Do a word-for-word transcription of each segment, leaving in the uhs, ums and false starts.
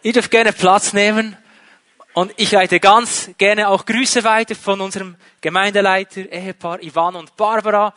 Ihr dürft gerne Platz nehmen und ich leite ganz gerne auch Grüße weiter von unserem Gemeindeleiter, Ehepaar Ivan und Barbara.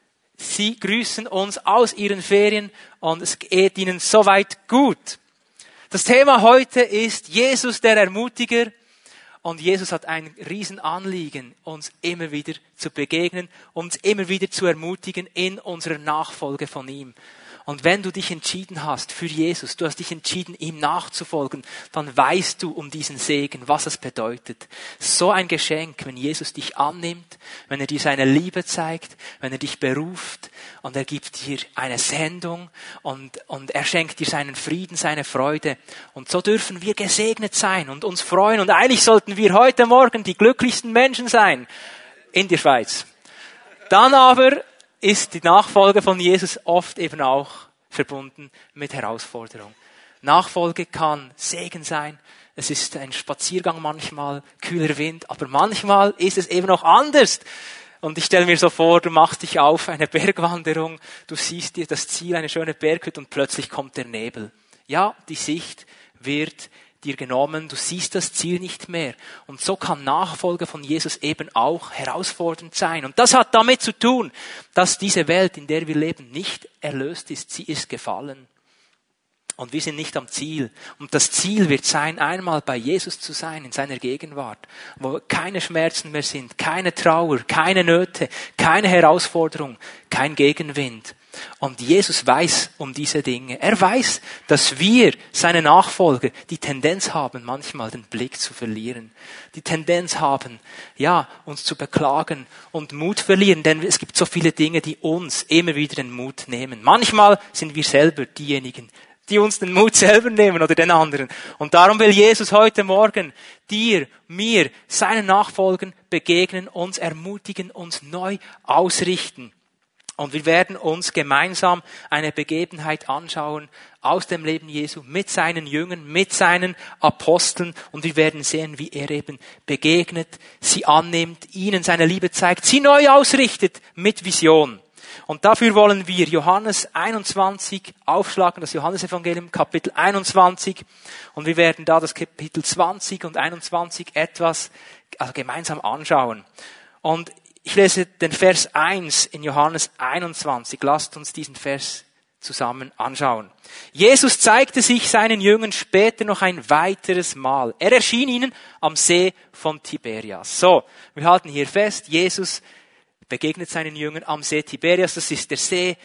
Sie grüßen uns aus ihren Ferien und es geht ihnen soweit gut. Das Thema heute ist Jesus der Ermutiger und Jesus hat ein Riesenanliegen, uns immer wieder zu begegnen, uns immer wieder zu ermutigen in unserer Nachfolge von ihm. Und wenn du dich entschieden hast für Jesus, du hast dich entschieden, ihm nachzufolgen, dann weißt du um diesen Segen, was es bedeutet. So ein Geschenk, wenn Jesus dich annimmt, wenn er dir seine Liebe zeigt, wenn er dich beruft und er gibt dir eine Sendung und, und er schenkt dir seinen Frieden, seine Freude. Und so dürfen wir gesegnet sein und uns freuen. Und eigentlich sollten wir heute Morgen die glücklichsten Menschen sein in der Schweiz. Dann aber ist die Nachfolge von Jesus oft eben auch verbunden mit Herausforderung. Nachfolge kann Segen sein. Es ist ein Spaziergang manchmal, kühler Wind, aber manchmal ist es eben auch anders. Und ich stelle mir so vor, du machst dich auf, eine Bergwanderung, du siehst dir das Ziel, eine schöne Berghütte und plötzlich kommt der Nebel. Ja, die Sicht wird dir genommen, du siehst das Ziel nicht mehr. Und so kann Nachfolge von Jesus eben auch herausfordernd sein. Und das hat damit zu tun, dass diese Welt, in der wir leben, nicht erlöst ist. Sie ist gefallen. Und wir sind nicht am Ziel. Und das Ziel wird sein, einmal bei Jesus zu sein, in seiner Gegenwart, wo keine Schmerzen mehr sind, keine Trauer, keine Nöte, keine Herausforderung, kein Gegenwind. Und Jesus weiß um diese Dinge. Er weiß, dass wir, seine Nachfolger, die Tendenz haben, manchmal den Blick zu verlieren. Die Tendenz haben, ja, uns zu beklagen und Mut verlieren. Denn es gibt so viele Dinge, die uns immer wieder den Mut nehmen. Manchmal sind wir selber diejenigen, die uns den Mut selber nehmen oder den anderen. Und darum will Jesus heute Morgen dir, mir, seinen Nachfolgern begegnen, uns ermutigen, uns neu ausrichten. Und wir werden uns gemeinsam eine Begebenheit anschauen aus dem Leben Jesu mit seinen Jüngern, mit seinen Aposteln. Und wir werden sehen, wie er eben begegnet, sie annimmt, ihnen seine Liebe zeigt, sie neu ausrichtet mit Vision. Und dafür wollen wir Johannes einundzwanzig aufschlagen, das Johannesevangelium, Kapitel einundzwanzig. Und wir werden da das Kapitel zwanzig und einundzwanzig etwas also gemeinsam anschauen. Und ich lese den Vers eins in Johannes einundzwanzig. Lasst uns diesen Vers zusammen anschauen. Jesus zeigte sich seinen Jüngern später noch ein weiteres Mal. Er erschien ihnen am See von Tiberias. So, wir halten hier fest, Jesus begegnet seinen Jüngern am See Tiberias. Das ist der See,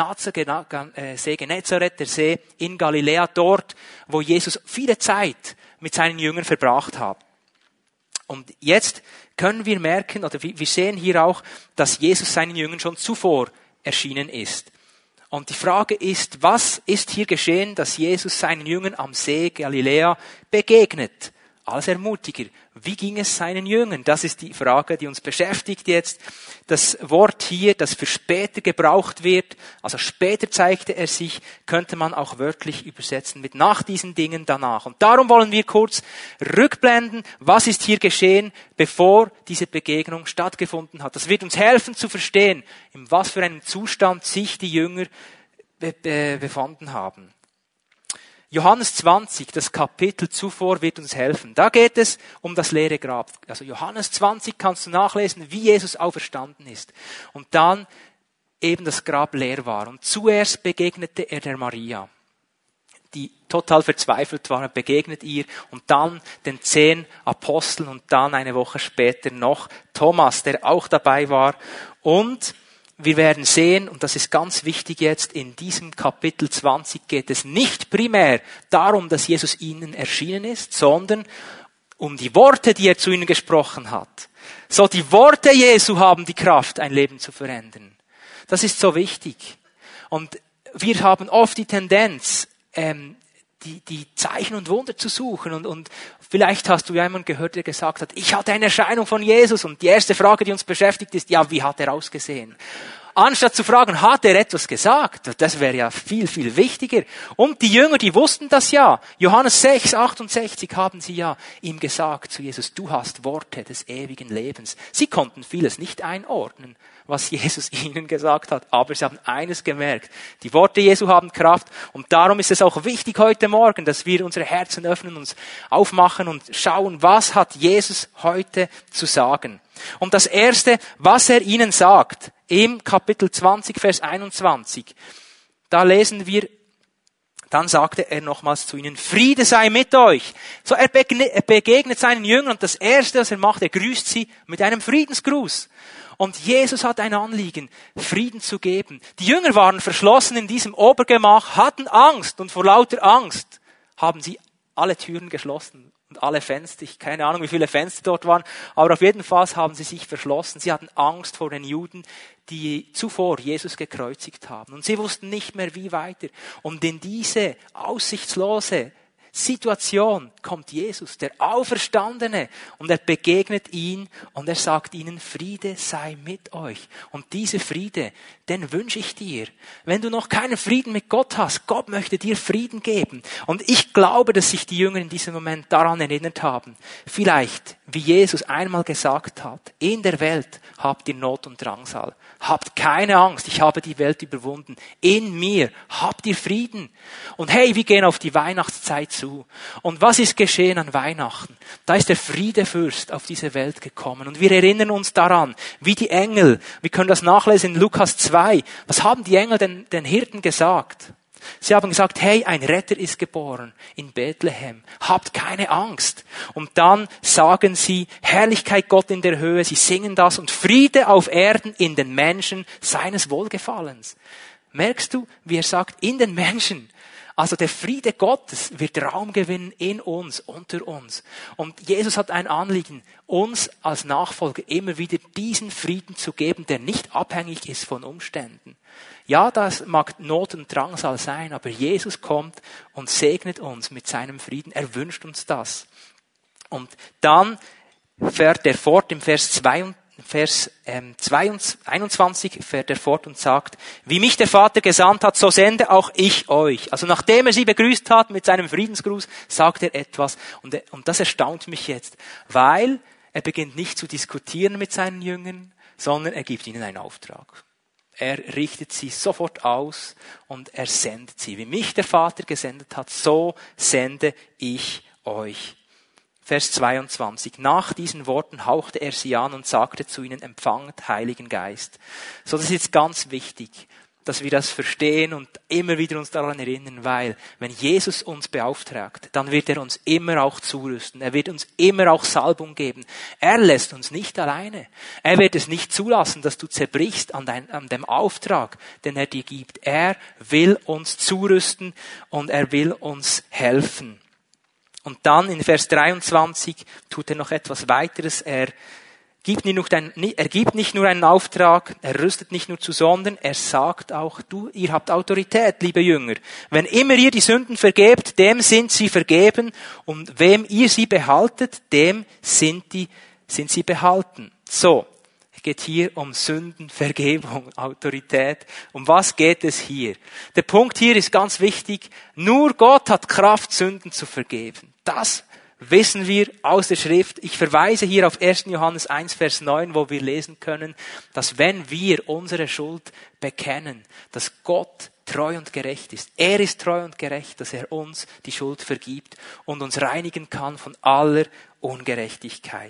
See Genezareth, der See in Galiläa, dort, wo Jesus viele Zeit mit seinen Jüngern verbracht hat. Und jetzt können wir merken, oder wir sehen hier auch, dass Jesus seinen Jüngern schon zuvor erschienen ist. Und die Frage ist, was ist hier geschehen, dass Jesus seinen Jüngern am See Galiläa begegnet? Als Ermutiger. Wie ging es seinen Jüngern? Das ist die Frage, die uns beschäftigt jetzt. Das Wort hier, das für später gebraucht wird, also später zeigte er sich, könnte man auch wörtlich übersetzen mit nach diesen Dingen danach. Und darum wollen wir kurz rückblenden, was ist hier geschehen, bevor diese Begegnung stattgefunden hat. Das wird uns helfen zu verstehen, in was für einem Zustand sich die Jünger be- be- befanden haben. Johannes zwanzig, das Kapitel zuvor, wird uns helfen. Da geht es um das leere Grab. Also Johannes zwanzig kannst du nachlesen, wie Jesus auferstanden ist. Und dann eben das Grab leer war. Und zuerst begegnete er der Maria, die total verzweifelt war, begegnet ihr. Und dann den zehn Aposteln und dann eine Woche später noch Thomas, der auch dabei war. Und wir werden sehen, und das ist ganz wichtig jetzt, in diesem Kapitel zwanzig geht es nicht primär darum, dass Jesus ihnen erschienen ist, sondern um die Worte, die er zu ihnen gesprochen hat. So, die Worte Jesu haben die Kraft, ein Leben zu verändern. Das ist so wichtig. Und wir haben oft die Tendenz, ähm, die, die Zeichen und Wunder zu suchen. Und, und vielleicht hast du jemanden gehört, der gesagt hat, ich hatte eine Erscheinung von Jesus. Und die erste Frage, die uns beschäftigt, ist, ja, wie hat er ausgesehen? anstatt zu fragen, hat er etwas gesagt? Das wäre ja viel, viel wichtiger. Und die Jünger, die wussten das ja. Johannes sechs, achtundsechzig haben sie ja ihm gesagt zu Jesus, du hast Worte des ewigen Lebens. Sie konnten vieles nicht einordnen, was Jesus ihnen gesagt hat. Aber sie haben eines gemerkt. Die Worte Jesu haben Kraft. Und darum ist es auch wichtig heute Morgen, dass wir unsere Herzen öffnen, uns aufmachen und schauen, was hat Jesus heute zu sagen. Und das Erste, was er ihnen sagt, im Kapitel zwanzig, Vers einundzwanzig, da lesen wir, dann sagte er nochmals zu ihnen, Friede sei mit euch. So, er begegnet seinen Jüngern und das Erste, was er macht, er grüßt sie mit einem Friedensgruß. Und Jesus hat ein Anliegen, Frieden zu geben. Die Jünger waren verschlossen in diesem Obergemach, hatten Angst und vor lauter Angst haben sie alle Türen geschlossen. Und alle Fenster, ich keine Ahnung, wie viele Fenster dort waren, aber auf jeden Fall haben sie sich verschlossen. Sie hatten Angst vor den Juden, die zuvor Jesus gekreuzigt haben. Und sie wussten nicht mehr, wie weiter. Und in diese aussichtslose Situation kommt Jesus, der Auferstandene, und er begegnet ihn und er sagt ihnen, Friede sei mit euch. Und diese Friede, den wünsche ich dir. Wenn du noch keinen Frieden mit Gott hast, Gott möchte dir Frieden geben. Und ich glaube, dass sich die Jünger in diesem Moment daran erinnert haben. Vielleicht, wie Jesus einmal gesagt hat, in der Welt habt ihr Not und Drangsal. Habt keine Angst, ich habe die Welt überwunden. In mir habt ihr Frieden. Und hey, wir gehen auf die Weihnachtszeit zu. Und was ist geschehen an Weihnachten? Da ist der Friedefürst auf diese Welt gekommen. Und wir erinnern uns daran, wie die Engel, wir können das nachlesen in Lukas zwei, was haben die Engel den, den Hirten gesagt? Sie haben gesagt, hey, ein Retter ist geboren in Bethlehem. Habt keine Angst. Und dann sagen sie, Herrlichkeit Gott in der Höhe. Sie singen das und Friede auf Erden in den Menschen seines Wohlgefallens. Merkst du, wie er sagt, in den Menschen. Also der Friede Gottes wird Raum gewinnen in uns, unter uns. Und Jesus hat ein Anliegen, uns als Nachfolger immer wieder diesen Frieden zu geben, der nicht abhängig ist von Umständen. Ja, das mag Not und Drangsal sein, aber Jesus kommt und segnet uns mit seinem Frieden. Er wünscht uns das. Und dann fährt er fort im Vers zwei, Vers ähm, einundzwanzig fährt er fort und sagt, wie mich der Vater gesandt hat, so sende auch ich euch. Also nachdem er sie begrüßt hat mit seinem Friedensgruß, sagt er etwas. Und, und das erstaunt mich jetzt, weil er beginnt nicht zu diskutieren mit seinen Jüngern, sondern er gibt ihnen einen Auftrag. Er richtet sie sofort aus und er sendet sie. Wie mich der Vater gesendet hat, so sende ich euch. Vers zweiundzwanzig. Nach diesen Worten hauchte er sie an und sagte zu ihnen, empfangt Heiligen Geist. So, das ist jetzt ganz wichtig, dass wir das verstehen und immer wieder uns daran erinnern, weil wenn Jesus uns beauftragt, dann wird er uns immer auch zurüsten. Er wird uns immer auch Salbung geben. Er lässt uns nicht alleine. Er wird es nicht zulassen, dass du zerbrichst an, dein, an dem Auftrag, den er dir gibt. Er will uns zurüsten und er will uns helfen. Und dann in Vers dreiundzwanzig tut er noch etwas weiteres. Er gibt nicht nur einen, er gibt nicht nur einen Auftrag, er rüstet nicht nur zu, sondern er sagt auch, du, ihr habt Autorität, liebe Jünger. Wenn immer ihr die Sünden vergebt, dem sind sie vergeben. Und wem ihr sie behaltet, dem sind die, sind sie behalten. So. Es geht hier um Sündenvergebung, Autorität. Um was geht es hier? Der Punkt hier ist ganz wichtig. Nur Gott hat Kraft, Sünden zu vergeben. Das wissen wir aus der Schrift. Ich verweise hier auf erster Johannes eins, Vers neun, wo wir lesen können, dass wenn wir unsere Schuld bekennen, dass Gott treu und gerecht ist. Er ist treu und gerecht, dass er uns die Schuld vergibt und uns reinigen kann von aller Ungerechtigkeit.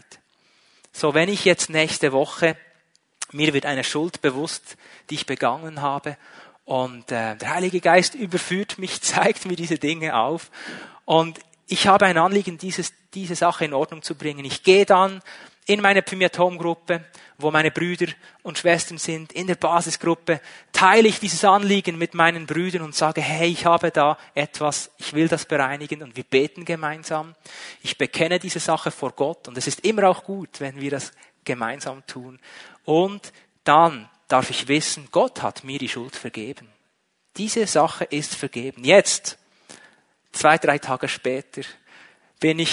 So, wenn ich jetzt nächste Woche, mir wird eine Schuld bewusst, die ich begangen habe, und äh, der Heilige Geist überführt mich, zeigt mir diese Dinge auf, und ich habe ein Anliegen, dieses, diese Sache in Ordnung zu bringen. Ich gehe dann in meine Pym-Atom-Gruppe, wo meine Brüder und Schwestern sind, in der Basisgruppe, teile ich dieses Anliegen mit meinen Brüdern und sage, hey, ich habe da etwas, ich will das bereinigen, und wir beten gemeinsam. Ich bekenne diese Sache vor Gott, und es ist immer auch gut, wenn wir das gemeinsam tun. Und dann darf ich wissen, Gott hat mir die Schuld vergeben. Diese Sache ist vergeben. Jetzt, zwei, drei Tage später, bin ich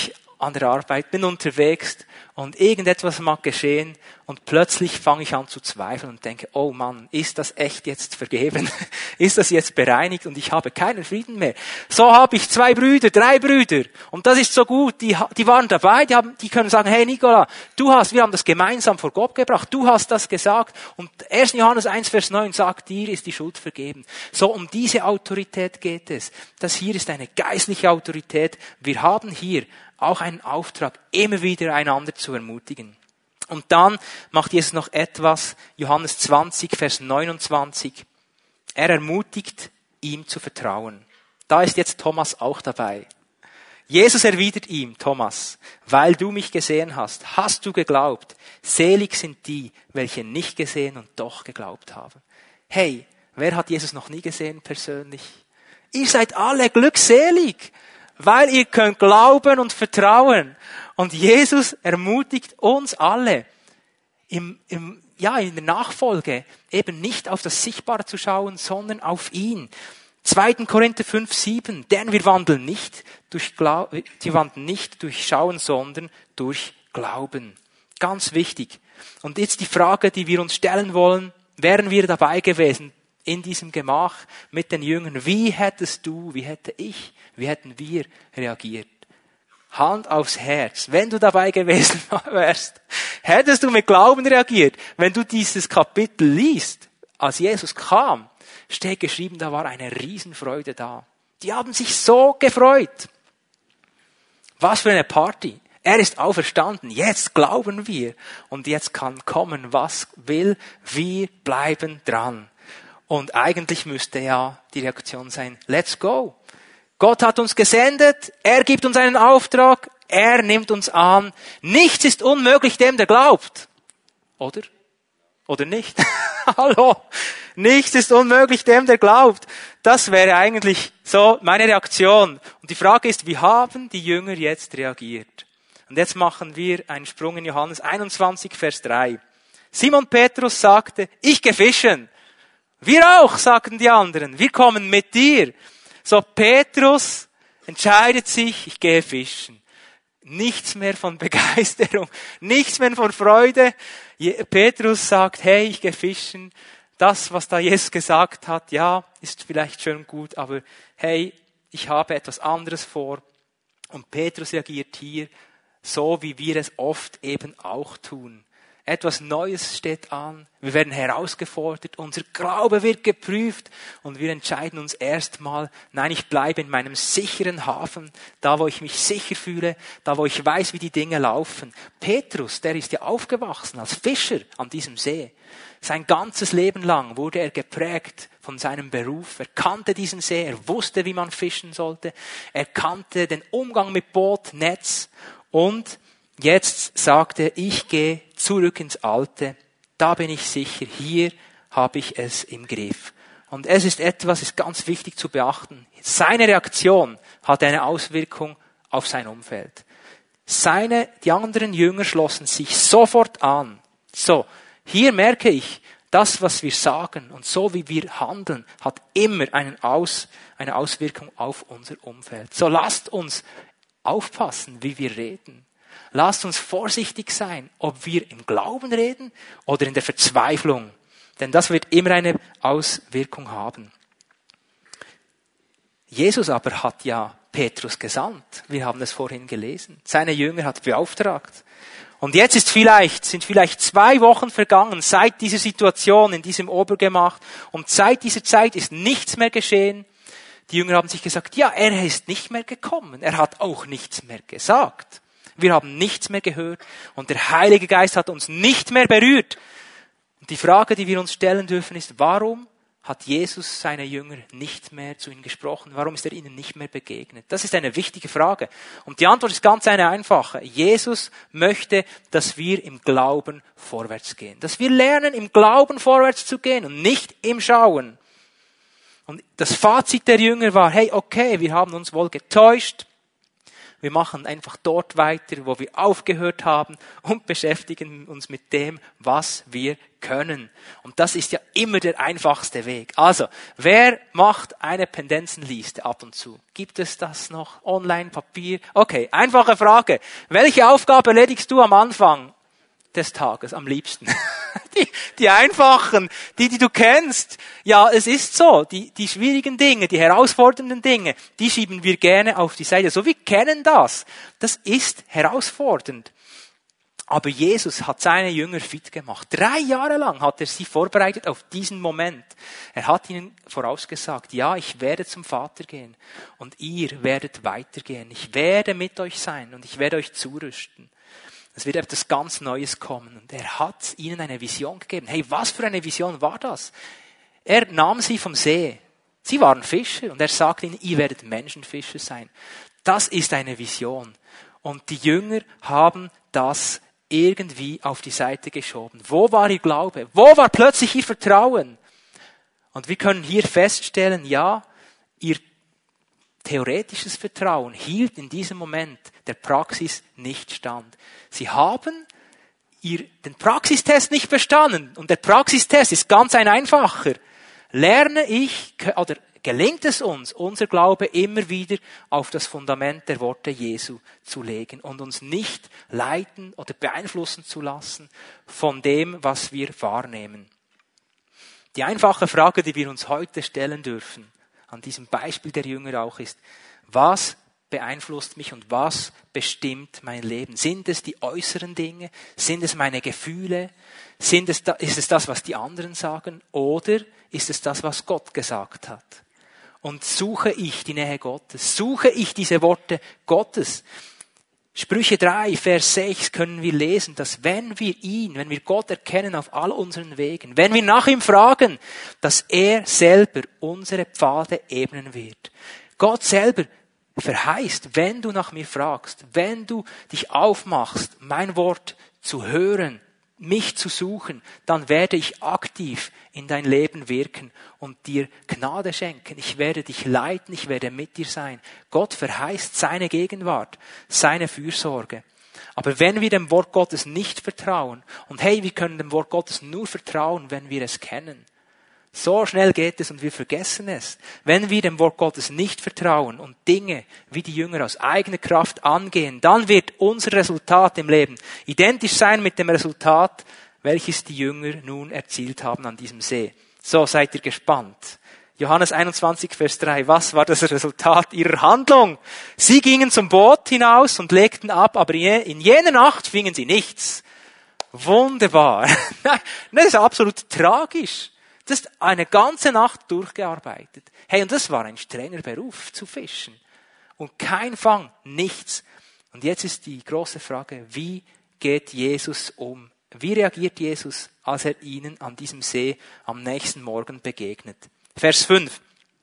an der Arbeit, bin unterwegs und irgendetwas mag geschehen und plötzlich fange ich an zu zweifeln und denke, oh Mann, ist das echt jetzt vergeben? Ist das jetzt bereinigt und ich habe keinen Frieden mehr? So habe ich zwei Brüder, drei Brüder und das ist so gut, die, die waren dabei, die, haben, die können sagen, hey Nicola, du hast, wir haben das gemeinsam vor Gott gebracht, du hast das gesagt und erster Johannes eins Vers neun sagt, dir ist die Schuld vergeben. So, um diese Autorität geht es. Das hier ist eine geistliche Autorität. Wir haben hier auch einen Auftrag, immer wieder einander zu ermutigen. Und dann macht Jesus noch etwas, Johannes zwanzig, Vers neunundzwanzig. Er ermutigt, ihm zu vertrauen. Da ist jetzt Thomas auch dabei. Jesus erwidert ihm, Thomas, weil du mich gesehen hast, hast du geglaubt. Selig sind die, welche nicht gesehen und doch geglaubt haben. Hey, wer hat Jesus noch nie gesehen persönlich? Ihr seid alle glückselig, weil ihr könnt glauben und vertrauen. Und Jesus ermutigt uns alle, im, im, ja, in der Nachfolge eben nicht auf das Sichtbare zu schauen, sondern auf ihn. zweiter Korinther fünf, sieben, denn wir wandeln nicht durch Glau- wir wandeln nicht durch Schauen, sondern durch Glauben. Ganz wichtig. Und jetzt die Frage, die wir uns stellen wollen, wären wir dabei gewesen in diesem Gemach mit den Jüngern, wie hättest du, wie hätte ich, wie hätten wir reagiert? Hand aufs Herz, wenn du dabei gewesen wärst, hättest du mit Glauben reagiert, wenn du dieses Kapitel liest, als Jesus kam, steht geschrieben, da war eine Riesenfreude da. Die haben sich so gefreut. Was für eine Party. Er ist auferstanden. Jetzt glauben wir. Und jetzt kann kommen, was will. Wir bleiben dran. Und eigentlich müsste ja die Reaktion sein, let's go. Gott hat uns gesendet. Er gibt uns einen Auftrag. Er nimmt uns an. Nichts ist unmöglich dem, der glaubt. Oder? Oder nicht? Hallo? Nichts ist unmöglich dem, der glaubt. Das wäre eigentlich so meine Reaktion. Und die Frage ist, wie haben die Jünger jetzt reagiert? Und jetzt machen wir einen Sprung in Johannes einundzwanzig, Vers drei. Simon Petrus sagte, ich gehe fischen. Wir auch, sagten die anderen. Wir kommen mit dir. So, Petrus entscheidet sich, ich gehe fischen. Nichts mehr von Begeisterung, nichts mehr von Freude. Petrus sagt, hey, ich gehe fischen. Das, was da Jesus gesagt hat, ja, ist vielleicht schön gut, aber hey, ich habe etwas anderes vor. Und Petrus reagiert hier so, wie wir es oft eben auch tun. Etwas Neues steht an, wir werden herausgefordert, unser Glaube wird geprüft und wir entscheiden uns erstmal, nein, ich bleibe in meinem sicheren Hafen, da wo ich mich sicher fühle, da wo ich weiß, wie die Dinge laufen. Petrus, der ist ja aufgewachsen als Fischer an diesem See. Sein ganzes Leben lang wurde er geprägt von seinem Beruf. Er kannte diesen See, er wusste, wie man fischen sollte, er kannte den Umgang mit Boot, Netz und jetzt sagt er, ich gehe zurück ins Alte, da bin ich sicher, hier habe ich es im Griff. Und es ist etwas, ist ganz wichtig zu beachten. Seine Reaktion hat eine Auswirkung auf sein Umfeld. Seine, die anderen Jünger schlossen sich sofort an. So, hier merke ich, das, was wir sagen und so wie wir handeln, hat immer einen Aus, eine Auswirkung auf unser Umfeld. So lasst uns aufpassen, wie wir reden. Lasst uns vorsichtig sein, ob wir im Glauben reden oder in der Verzweiflung. Denn das wird immer eine Auswirkung haben. Jesus aber hat ja Petrus gesandt. Wir haben es vorhin gelesen. Seine Jünger hat beauftragt. Und jetzt ist vielleicht, sind vielleicht zwei Wochen vergangen seit dieser Situation in diesem Obergemach. Und seit dieser Zeit ist nichts mehr geschehen. Die Jünger haben sich gesagt, ja, er ist nicht mehr gekommen. Er hat auch nichts mehr gesagt. Wir haben nichts mehr gehört und der Heilige Geist hat uns nicht mehr berührt. Und die Frage, die wir uns stellen dürfen, ist, warum hat Jesus seine Jünger nicht mehr zu ihnen gesprochen? Warum ist er ihnen nicht mehr begegnet? Das ist eine wichtige Frage. Und die Antwort ist ganz eine einfache. Jesus möchte, dass wir im Glauben vorwärts gehen. Dass wir lernen, im Glauben vorwärts zu gehen und nicht im Schauen. Und das Fazit der Jünger war, hey, okay, wir haben uns wohl getäuscht. Wir machen einfach dort weiter, wo wir aufgehört haben und beschäftigen uns mit dem, was wir können. Und das ist ja immer der einfachste Weg. Also, wer macht eine Pendenzenliste ab und zu? Gibt es das noch? Online, Papier? Okay, einfache Frage. Welche Aufgabe erledigst du am Anfang des Tages am liebsten? Die, die einfachen, die, die du kennst. Ja, es ist so. Die, die schwierigen Dinge, die herausfordernden Dinge, die schieben wir gerne auf die Seite. So, wir kennen das. Das ist herausfordernd. Aber Jesus hat seine Jünger fit gemacht. Drei Jahre lang hat er sie vorbereitet auf diesen Moment. Er hat ihnen vorausgesagt, ja, ich werde zum Vater gehen und ihr werdet weitergehen. Ich werde mit euch sein und ich werde euch zurüsten. Es wird etwas ganz Neues kommen. Und er hat ihnen eine Vision gegeben. Hey, was für eine Vision war das? Er nahm sie vom See. Sie waren Fischer und er sagte ihnen, ihr werdet Menschenfischer sein. Das ist eine Vision. Und die Jünger haben das irgendwie auf die Seite geschoben. Wo war ihr Glaube? Wo war plötzlich ihr Vertrauen? Und wir können hier feststellen, ja, ihr theoretisches Vertrauen hielt in diesem Moment der Praxis nicht stand. Sie haben ihr, den Praxistest nicht bestanden. Und der Praxistest ist ganz ein einfacher. Lerne ich, oder gelingt es uns, unser Glaube immer wieder auf das Fundament der Worte Jesu zu legen und uns nicht leiten oder beeinflussen zu lassen von dem, was wir wahrnehmen. Die einfache Frage, die wir uns heute stellen dürfen, an diesem Beispiel der Jünger auch ist, was beeinflusst mich und was bestimmt mein Leben? Sind es die äußeren Dinge? Sind es meine Gefühle? Sind es da, ist es das, was die anderen sagen? Oder ist es das, was Gott gesagt hat? Und suche ich die Nähe Gottes? Suche ich diese Worte Gottes? Sprüche drei, Vers sechs können wir lesen, dass wenn wir ihn, wenn wir Gott erkennen auf all unseren Wegen, wenn wir nach ihm fragen, dass er selber unsere Pfade ebnen wird. Gott selber verheißt, wenn du nach mir fragst, wenn du dich aufmachst, mein Wort zu hören, mich zu suchen, dann werde ich aktiv in dein Leben wirken und dir Gnade schenken. Ich werde dich leiten, ich werde mit dir sein. Gott verheißt seine Gegenwart, seine Fürsorge. Aber wenn wir dem Wort Gottes nicht vertrauen, und hey, wir können dem Wort Gottes nur vertrauen, wenn wir es kennen. So schnell geht es und wir vergessen es. Wenn wir dem Wort Gottes nicht vertrauen und Dinge wie die Jünger aus eigener Kraft angehen, dann wird unser Resultat im Leben identisch sein mit dem Resultat, welches die Jünger nun erzielt haben an diesem See. So, seid ihr gespannt. Johannes einundzwanzig, Vers drei. Was war das Resultat ihrer Handlung? Sie gingen zum Boot hinaus und legten ab, aber in jener Nacht fingen sie nichts. Wunderbar. Das ist absolut tragisch. Das ist eine ganze Nacht durchgearbeitet. Hey, und das war ein strenger Beruf, zu fischen. Und kein Fang, nichts. Und jetzt ist die große Frage, wie geht Jesus um? Wie reagiert Jesus, als er ihnen an diesem See am nächsten Morgen begegnet? Vers fünf.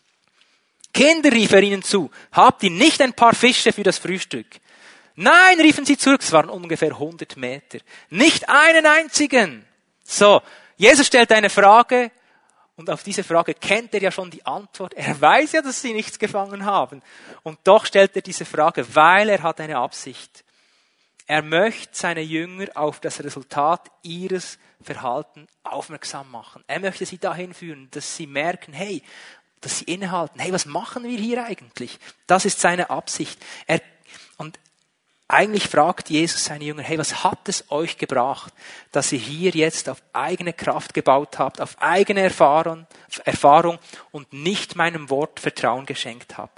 Kinder, rief er ihnen zu, habt ihr nicht ein paar Fische für das Frühstück? Nein, riefen sie zurück, es waren ungefähr hundert Meter. Nicht einen einzigen. So, Jesus stellt eine Frage. Und auf diese Frage kennt er ja schon die Antwort. Er weiß ja, dass sie nichts gefangen haben. Und doch stellt er diese Frage, weil er hat eine Absicht. Er möchte seine Jünger auf das Resultat ihres Verhaltens aufmerksam machen. Er möchte sie dahin führen, dass sie merken, hey, dass sie innehalten. Hey, was machen wir hier eigentlich? Das ist seine Absicht. Er, und Eigentlich fragt Jesus seine Jünger, hey, was hat es euch gebracht, dass ihr hier jetzt auf eigene Kraft gebaut habt, auf eigene Erfahrung, Erfahrung und nicht meinem Wort Vertrauen geschenkt habt?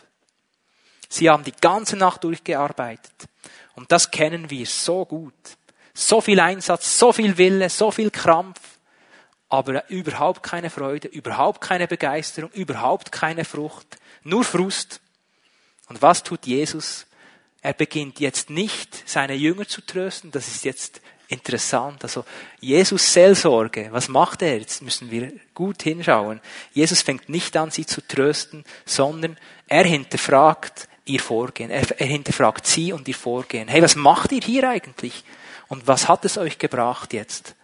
Sie haben die ganze Nacht durchgearbeitet. Und das kennen wir so gut. So viel Einsatz, so viel Wille, so viel Krampf, aber überhaupt keine Freude, überhaupt keine Begeisterung, überhaupt keine Frucht, nur Frust. Und was tut Jesus? Er beginnt jetzt nicht, seine Jünger zu trösten. Das ist jetzt interessant. Also Jesus Seelsorge, was macht er? Jetzt müssen wir gut hinschauen. Jesus fängt nicht an, sie zu trösten, sondern er hinterfragt ihr Vorgehen. Er, er hinterfragt sie und ihr Vorgehen. Hey, was macht ihr hier eigentlich? Und was hat es euch gebracht jetzt?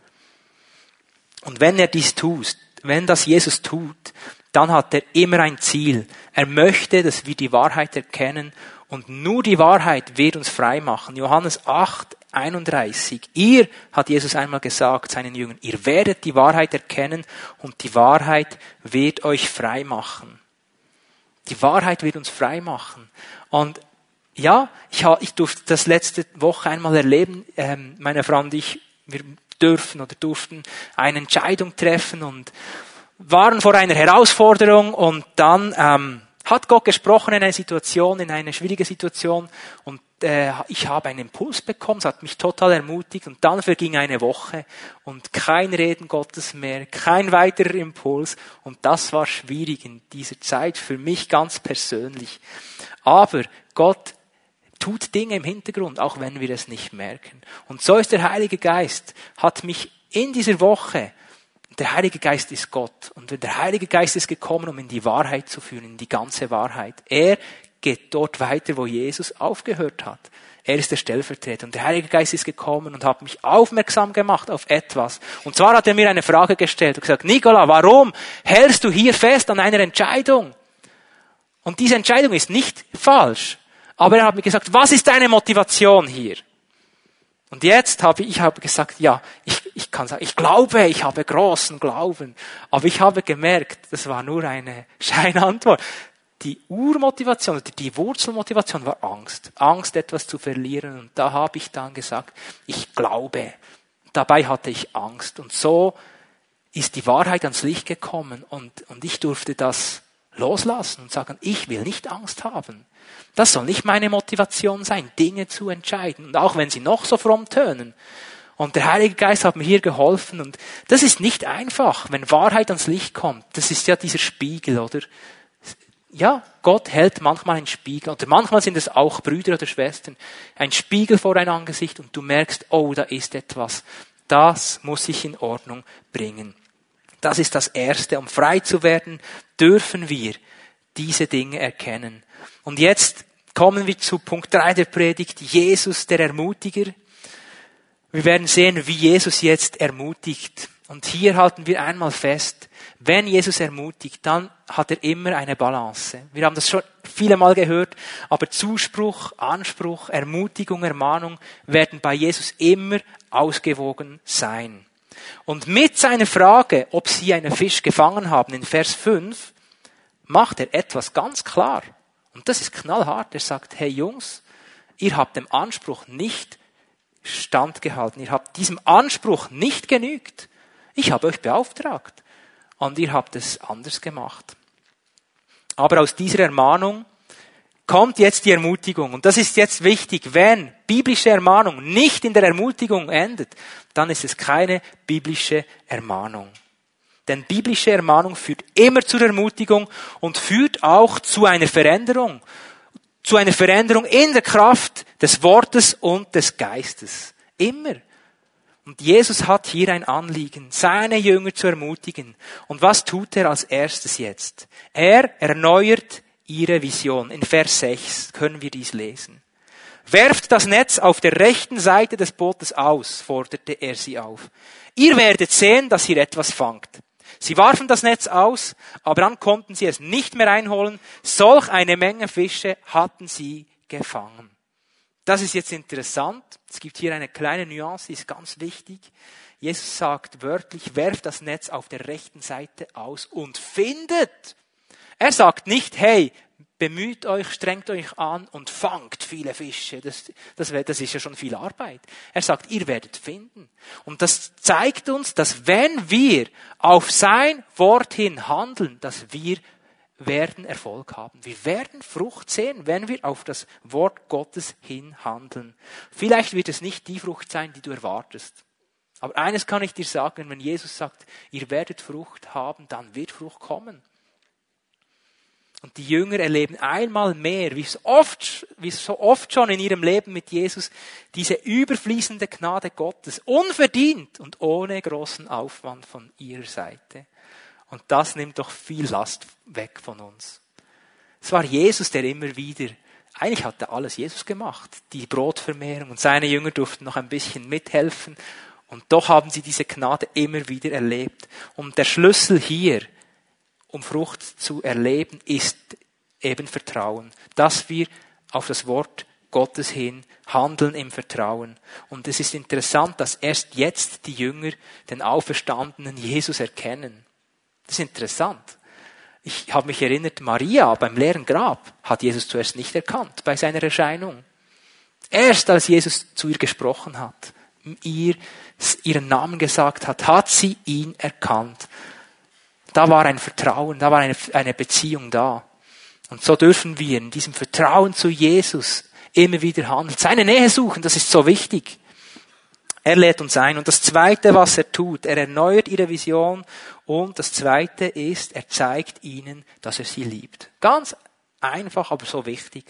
Und wenn er dies tut, wenn das Jesus tut, dann hat er immer ein Ziel. Er möchte, dass wir die Wahrheit erkennen Und nur die Wahrheit wird uns frei machen. Johannes acht, einunddreißig. Ihr, hat Jesus einmal gesagt, seinen Jüngern, ihr werdet die Wahrheit erkennen und die Wahrheit wird euch frei machen. Die Wahrheit wird uns frei machen. Und ja, ich, ich durfte das letzte Woche einmal erleben. Ähm, meine Frau und ich, wir dürfen oder durften eine Entscheidung treffen und waren vor einer Herausforderung und dann ähm, hat Gott gesprochen in einer Situation, in einer schwierigen Situation und äh, ich habe einen Impuls bekommen, es hat mich total ermutigt und dann verging eine Woche und kein Reden Gottes mehr, kein weiterer Impuls und das war schwierig in dieser Zeit für mich ganz persönlich. Aber Gott tut Dinge im Hintergrund, auch wenn wir es nicht merken. Und so ist der Heilige Geist, hat mich in dieser Woche, der Heilige Geist ist Gott. Und der Heilige Geist ist gekommen, um in die Wahrheit zu führen, in die ganze Wahrheit. Er geht dort weiter, wo Jesus aufgehört hat. Er ist der Stellvertreter. Und der Heilige Geist ist gekommen und hat mich aufmerksam gemacht auf etwas. Und zwar hat er mir eine Frage gestellt und gesagt, Nicola, warum hältst du hier fest an einer Entscheidung? Und diese Entscheidung ist nicht falsch. Aber er hat mir gesagt, was ist deine Motivation hier? Und jetzt habe ich, ich habe gesagt, ja, ich, ich kann sagen, ich glaube, ich habe großen Glauben. Aber ich habe gemerkt, das war nur eine Scheinantwort. Die Urmotivation, oder die Wurzelmotivation war Angst. Angst, etwas zu verlieren. Und da habe ich dann gesagt, ich glaube. Dabei hatte ich Angst. Und so ist die Wahrheit ans Licht gekommen. Und, und ich durfte das loslassen und sagen, ich will nicht Angst haben. Das soll nicht meine Motivation sein, Dinge zu entscheiden. Und auch wenn sie noch so fromm tönen. Und der Heilige Geist hat mir hier geholfen. Und das ist nicht einfach, wenn Wahrheit ans Licht kommt. Das ist ja dieser Spiegel, oder? Ja, Gott hält manchmal einen Spiegel. Oder manchmal sind es auch Brüder oder Schwestern. Ein Spiegel vor ein Angesicht und du merkst, oh, da ist etwas. Das muss ich in Ordnung bringen. Das ist das Erste. Um frei zu werden, dürfen wir diese Dinge erkennen. Und jetzt kommen wir zu Punkt drei der Predigt. Jesus, der Ermutiger. Wir werden sehen, wie Jesus jetzt ermutigt. Und hier halten wir einmal fest, wenn Jesus ermutigt, dann hat er immer eine Balance. Wir haben das schon viele Mal gehört, aber Zuspruch, Anspruch, Ermutigung, Ermahnung werden bei Jesus immer ausgewogen sein. Und mit seiner Frage, ob sie einen Fisch gefangen haben, in Vers fünf, macht er etwas ganz klar. Und das ist knallhart. Er sagt, hey Jungs, ihr habt dem Anspruch nicht standgehalten. Ihr habt diesem Anspruch nicht genügt. Ich habe euch beauftragt. Und ihr habt es anders gemacht. Aber aus dieser Ermahnung kommt jetzt die Ermutigung. Und das ist jetzt wichtig. Wenn biblische Ermahnung nicht in der Ermutigung endet, dann ist es keine biblische Ermahnung. Denn biblische Ermahnung führt immer zur Ermutigung und führt auch zu einer Veränderung. Zu einer Veränderung in der Kraft des Wortes und des Geistes. Immer. Und Jesus hat hier ein Anliegen, seine Jünger zu ermutigen. Und was tut er als erstes jetzt? Er erneuert ihre Vision. In Vers sechs können wir dies lesen. Werft das Netz auf der rechten Seite des Bootes aus, forderte er sie auf. Ihr werdet sehen, dass ihr etwas fangt. Sie warfen das Netz aus, aber dann konnten sie es nicht mehr einholen. Solch eine Menge Fische hatten sie gefangen. Das ist jetzt interessant. Es gibt hier eine kleine Nuance, die ist ganz wichtig. Jesus sagt wörtlich, werft das Netz auf der rechten Seite aus und findet. Er sagt nicht, hey, bemüht euch, strengt euch an und fangt viele Fische. Das, das, das ist ja schon viel Arbeit. Er sagt, ihr werdet finden. Und das zeigt uns, dass wenn wir auf sein Wort hin handeln, dass wir werden Erfolg haben. Wir werden Frucht sehen, wenn wir auf das Wort Gottes hin handeln. Vielleicht wird es nicht die Frucht sein, die du erwartest. Aber eines kann ich dir sagen, wenn Jesus sagt, ihr werdet Frucht haben, dann wird Frucht kommen. Und die Jünger erleben einmal mehr, wie es oft, wie es so oft schon in ihrem Leben mit Jesus, diese überfließende Gnade Gottes, unverdient und ohne großen Aufwand von ihrer Seite. Und das nimmt doch viel Last weg von uns. Es war Jesus, der immer wieder, eigentlich hatte alles Jesus gemacht, die Brotvermehrung, und seine Jünger durften noch ein bisschen mithelfen. Und doch haben sie diese Gnade immer wieder erlebt. Und der Schlüssel hier, um Frucht zu erleben, ist eben Vertrauen. Dass wir auf das Wort Gottes hin, handeln im Vertrauen. Und es ist interessant, dass erst jetzt die Jünger den auferstandenen Jesus erkennen. Das ist interessant. Ich habe mich erinnert, Maria beim leeren Grab hat Jesus zuerst nicht erkannt bei seiner Erscheinung. Erst als Jesus zu ihr gesprochen hat, ihr ihren Namen gesagt hat, hat sie ihn erkannt. Da war ein Vertrauen, da war eine, eine Beziehung da. Und so dürfen wir in diesem Vertrauen zu Jesus immer wieder handeln. Seine Nähe suchen, das ist so wichtig. Er lädt uns ein. Und das Zweite, was er tut, er erneuert ihre Vision. Und das Zweite ist, er zeigt ihnen, dass er sie liebt. Ganz einfach, aber so wichtig.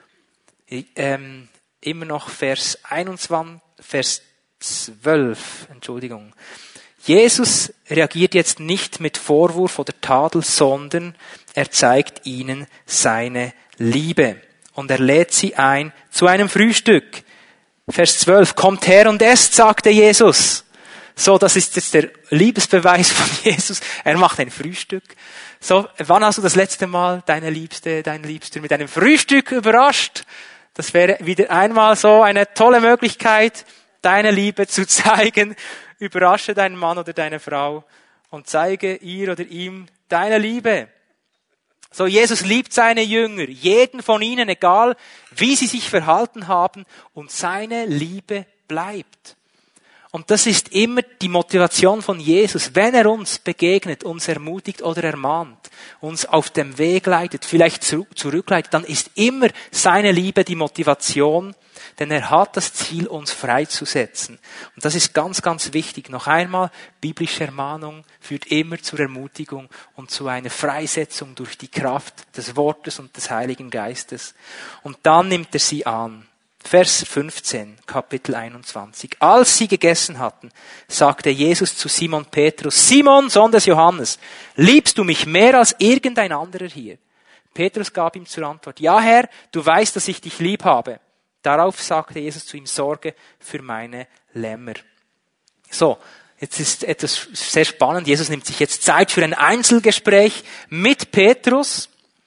Ähm, immer noch Vers einundzwanzig, Vers zwölf, Entschuldigung. Jesus reagiert jetzt nicht mit Vorwurf oder Tadel, sondern er zeigt ihnen seine Liebe. Und er lädt sie ein zu einem Frühstück. Vers zwölf, kommt her und esst, sagte Jesus. So, das ist jetzt der Liebesbeweis von Jesus. Er macht ein Frühstück. So, wann hast du das letzte Mal deine Liebste, deinen Liebsten mit einem Frühstück überrascht? Das wäre wieder einmal so eine tolle Möglichkeit, deine Liebe zu zeigen. Überrasche deinen Mann oder deine Frau und zeige ihr oder ihm deine Liebe. So, Jesus liebt seine Jünger, jeden von ihnen, egal wie sie sich verhalten haben, und seine Liebe bleibt. Und das ist immer die Motivation von Jesus, wenn er uns begegnet, uns ermutigt oder ermahnt, uns auf dem Weg leitet, vielleicht zurückleitet, dann ist immer seine Liebe die Motivation, denn er hat das Ziel, uns freizusetzen. Und das ist ganz, ganz wichtig. Noch einmal, biblische Ermahnung führt immer zur Ermutigung und zu einer Freisetzung durch die Kraft des Wortes und des Heiligen Geistes. Und dann nimmt er sie an. Vers fünfzehn, Kapitel einundzwanzig. Als sie gegessen hatten, sagte Jesus zu Simon Petrus, Simon, Sohn des Johannes, liebst du mich mehr als irgendein anderer hier? Petrus gab ihm zur Antwort, ja Herr, du weißt, dass ich dich lieb habe. Darauf sagte Jesus zu ihm, sorge für meine Lämmer. So, jetzt ist etwas sehr spannend. Jesus nimmt sich jetzt Zeit für ein Einzelgespräch mit Petrus.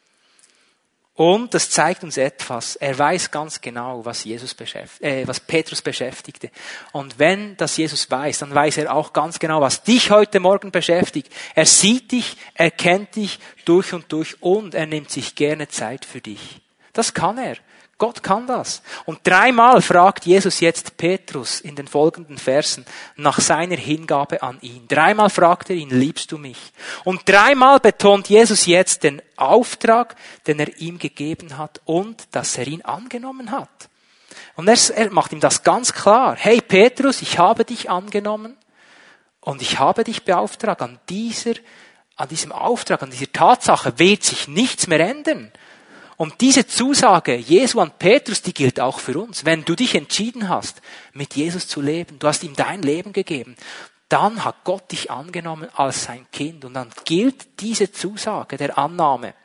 Und das zeigt uns etwas. Er weiß ganz genau, was Jesus beschäftigt, äh, was Petrus beschäftigte. Und wenn das Jesus weiß, dann weiß er auch ganz genau, was dich heute Morgen beschäftigt. Er sieht dich, er kennt dich durch und durch und er nimmt sich gerne Zeit für dich. Das kann er. Gott kann das. Und dreimal fragt Jesus jetzt Petrus in den folgenden Versen nach seiner Hingabe an ihn. Dreimal fragt er ihn, liebst du mich? Und dreimal betont Jesus jetzt den Auftrag, den er ihm gegeben hat und dass er ihn angenommen hat. Und er, er macht ihm das ganz klar. Hey Petrus, ich habe dich angenommen und ich habe dich beauftragt. An dieser, an diesem Auftrag, an dieser Tatsache wird sich nichts mehr ändern. Und diese Zusage Jesu an Petrus, die gilt auch für uns. Wenn du dich entschieden hast, mit Jesus zu leben, du hast ihm dein Leben gegeben, dann hat Gott dich angenommen als sein Kind. Und dann gilt diese Zusage der Annahme.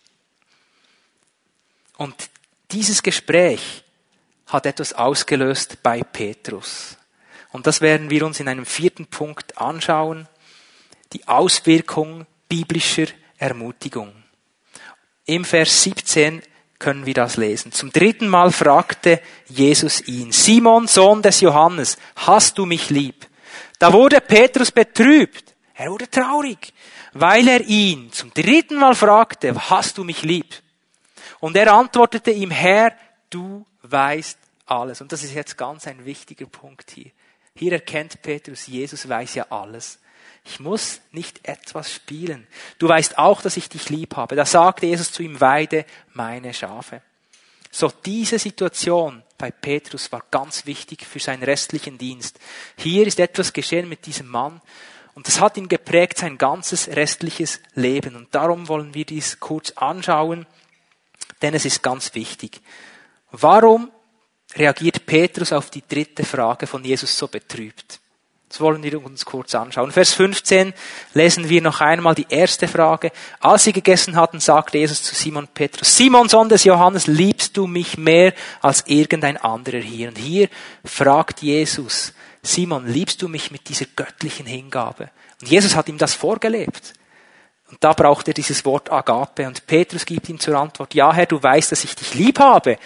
Und dieses Gespräch hat etwas ausgelöst bei Petrus. Und das werden wir uns in einem vierten Punkt anschauen. Die Auswirkung biblischer Ermutigung. Im Vers siebzehn können wir das lesen. Zum dritten Mal fragte Jesus ihn, Simon, Sohn des Johannes, hast du mich lieb? Da wurde Petrus betrübt. Er wurde traurig, weil er ihn zum dritten Mal fragte, hast du mich lieb? Und er antwortete ihm, Herr, du weißt alles. Und das ist jetzt ganz ein wichtiger Punkt hier. Hier erkennt Petrus, Jesus weiß ja alles. Ich muss nicht etwas spielen. Du weißt auch, dass ich dich lieb habe. Da sagte Jesus zu ihm, weide meine Schafe. So, diese Situation bei Petrus war ganz wichtig für seinen restlichen Dienst. Hier ist etwas geschehen mit diesem Mann und das hat ihn geprägt, sein ganzes restliches Leben. Und darum wollen wir dies kurz anschauen, denn es ist ganz wichtig. Warum reagiert Petrus auf die dritte Frage von Jesus so betrübt? Das wollen wir uns kurz anschauen. Vers fünfzehn lesen wir noch einmal die erste Frage. Als sie gegessen hatten, sagte Jesus zu Simon Petrus, Simon, Sohn des Johannes, liebst du mich mehr als irgendein anderer hier? Und hier fragt Jesus, Simon, liebst du mich mit dieser göttlichen Hingabe? Und Jesus hat ihm das vorgelebt. Und da braucht er dieses Wort Agape. Und Petrus gibt ihm zur Antwort, ja Herr, du weißt, dass ich dich lieb habe.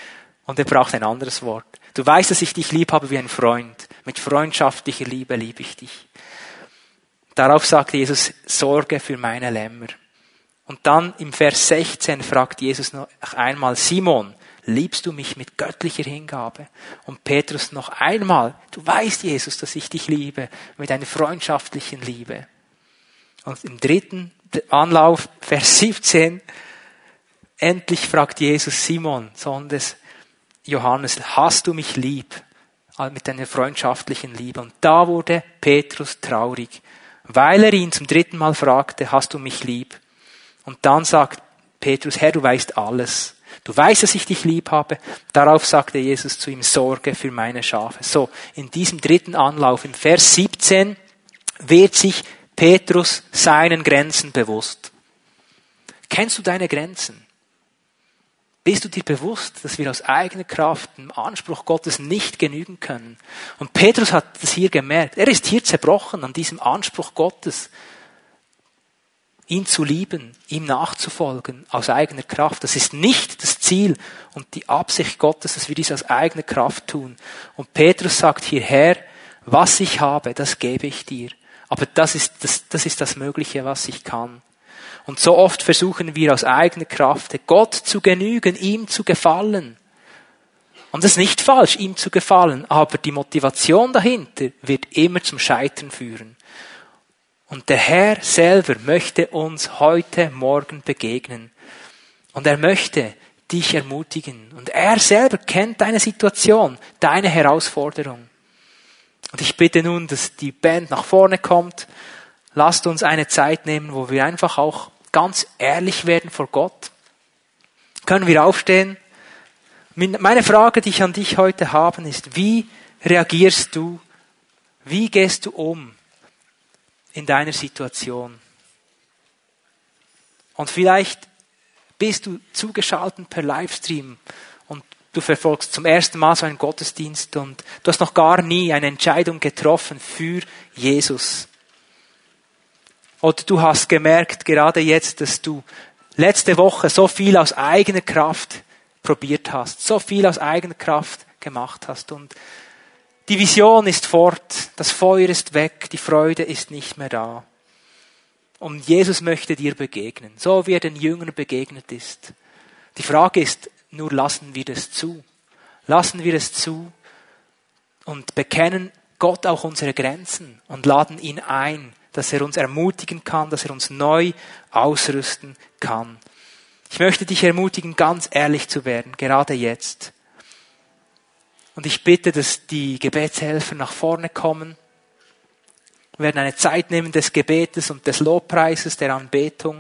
Und er braucht ein anderes Wort. Du weißt, dass ich dich lieb habe wie ein Freund. Mit freundschaftlicher Liebe liebe ich dich. Darauf sagte Jesus, sorge für meine Lämmer. Und dann im Vers sechzehn fragt Jesus noch einmal, Simon, liebst du mich mit göttlicher Hingabe? Und Petrus noch einmal, du weißt, Jesus, dass ich dich liebe, mit einer freundschaftlichen Liebe. Und im dritten Anlauf, Vers siebzehn, endlich fragt Jesus Simon, Sohn des Johannes, hast du mich lieb? Mit einer freundschaftlichen Liebe. Und da wurde Petrus traurig, weil er ihn zum dritten Mal fragte, hast du mich lieb? Und dann sagt Petrus, Herr, du weißt alles. Du weißt, dass ich dich lieb habe. Darauf sagte Jesus zu ihm, sorge für meine Schafe. So, in diesem dritten Anlauf, im Vers siebzehn, wird sich Petrus seinen Grenzen bewusst. Kennst du deine Grenzen? Bist du dir bewusst, dass wir aus eigener Kraft dem Anspruch Gottes nicht genügen können? Und Petrus hat das hier gemerkt. Er ist hier zerbrochen an diesem Anspruch Gottes, ihn zu lieben, ihm nachzufolgen aus eigener Kraft. Das ist nicht das Ziel und die Absicht Gottes, dass wir dies aus eigener Kraft tun. Und Petrus sagt hier, Herr, was ich habe, das gebe ich dir. Aber das ist das, das ist das Mögliche, was ich kann. Und so oft versuchen wir aus eigener Kraft, Gott zu genügen, ihm zu gefallen. Und das ist nicht falsch, ihm zu gefallen, aber die Motivation dahinter wird immer zum Scheitern führen. Und der Herr selber möchte uns heute Morgen begegnen. Und er möchte dich ermutigen. Und er selber kennt deine Situation, deine Herausforderung. Und ich bitte nun, dass die Band nach vorne kommt. Lasst uns eine Zeit nehmen, wo wir einfach auch ganz ehrlich werden vor Gott. Können wir aufstehen? Meine Frage, die ich an dich heute habe, ist, wie reagierst du? Wie gehst du um in deiner Situation? Und vielleicht bist du zugeschaltet per Livestream und du verfolgst zum ersten Mal so einen Gottesdienst und du hast noch gar nie eine Entscheidung getroffen für Jesus. Oder du hast gemerkt, gerade jetzt, dass du letzte Woche so viel aus eigener Kraft probiert hast, so viel aus eigener Kraft gemacht hast. Und die Vision ist fort, das Feuer ist weg, die Freude ist nicht mehr da. Und Jesus möchte dir begegnen, so wie er den Jüngern begegnet ist. Die Frage ist nur, lassen wir das zu? Lassen wir es zu und bekennen Gott auch unsere Grenzen und laden ihn ein, dass er uns ermutigen kann, dass er uns neu ausrüsten kann. Ich möchte dich ermutigen, ganz ehrlich zu werden, gerade jetzt. Und ich bitte, dass die Gebetshelfer nach vorne kommen. Wir werden eine Zeit nehmen des Gebetes und des Lobpreises, der Anbetung.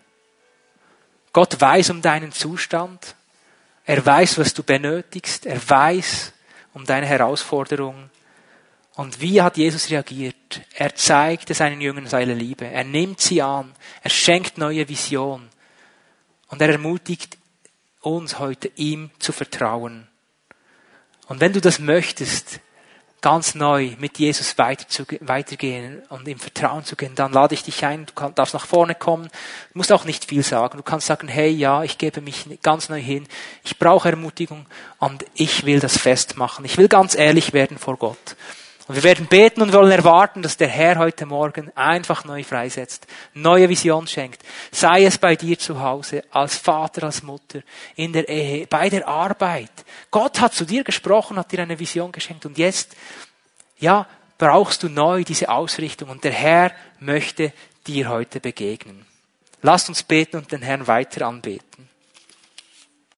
Gott weiß um deinen Zustand. Er weiß, was du benötigst. Er weiß um deine Herausforderungen. Und wie hat Jesus reagiert? Er zeigte seinen Jüngern seine Liebe. Er nimmt sie an. Er schenkt neue Vision. Und er ermutigt uns heute, ihm zu vertrauen. Und wenn du das möchtest, ganz neu mit Jesus weiter zu, weitergehen und im Vertrauen zu gehen, dann lade ich dich ein, du kannst, darfst nach vorne kommen, du musst auch nicht viel sagen, du kannst sagen, hey, ja, ich gebe mich ganz neu hin, ich brauche Ermutigung und ich will das festmachen, ich will ganz ehrlich werden vor Gott. Und wir werden beten und wollen erwarten, dass der Herr heute Morgen einfach neu freisetzt, neue Vision schenkt. Sei es bei dir zu Hause, als Vater, als Mutter, in der Ehe, bei der Arbeit. Gott hat zu dir gesprochen, hat dir eine Vision geschenkt und jetzt, ja, brauchst du neu diese Ausrichtung und der Herr möchte dir heute begegnen. Lasst uns beten und den Herrn weiter anbeten.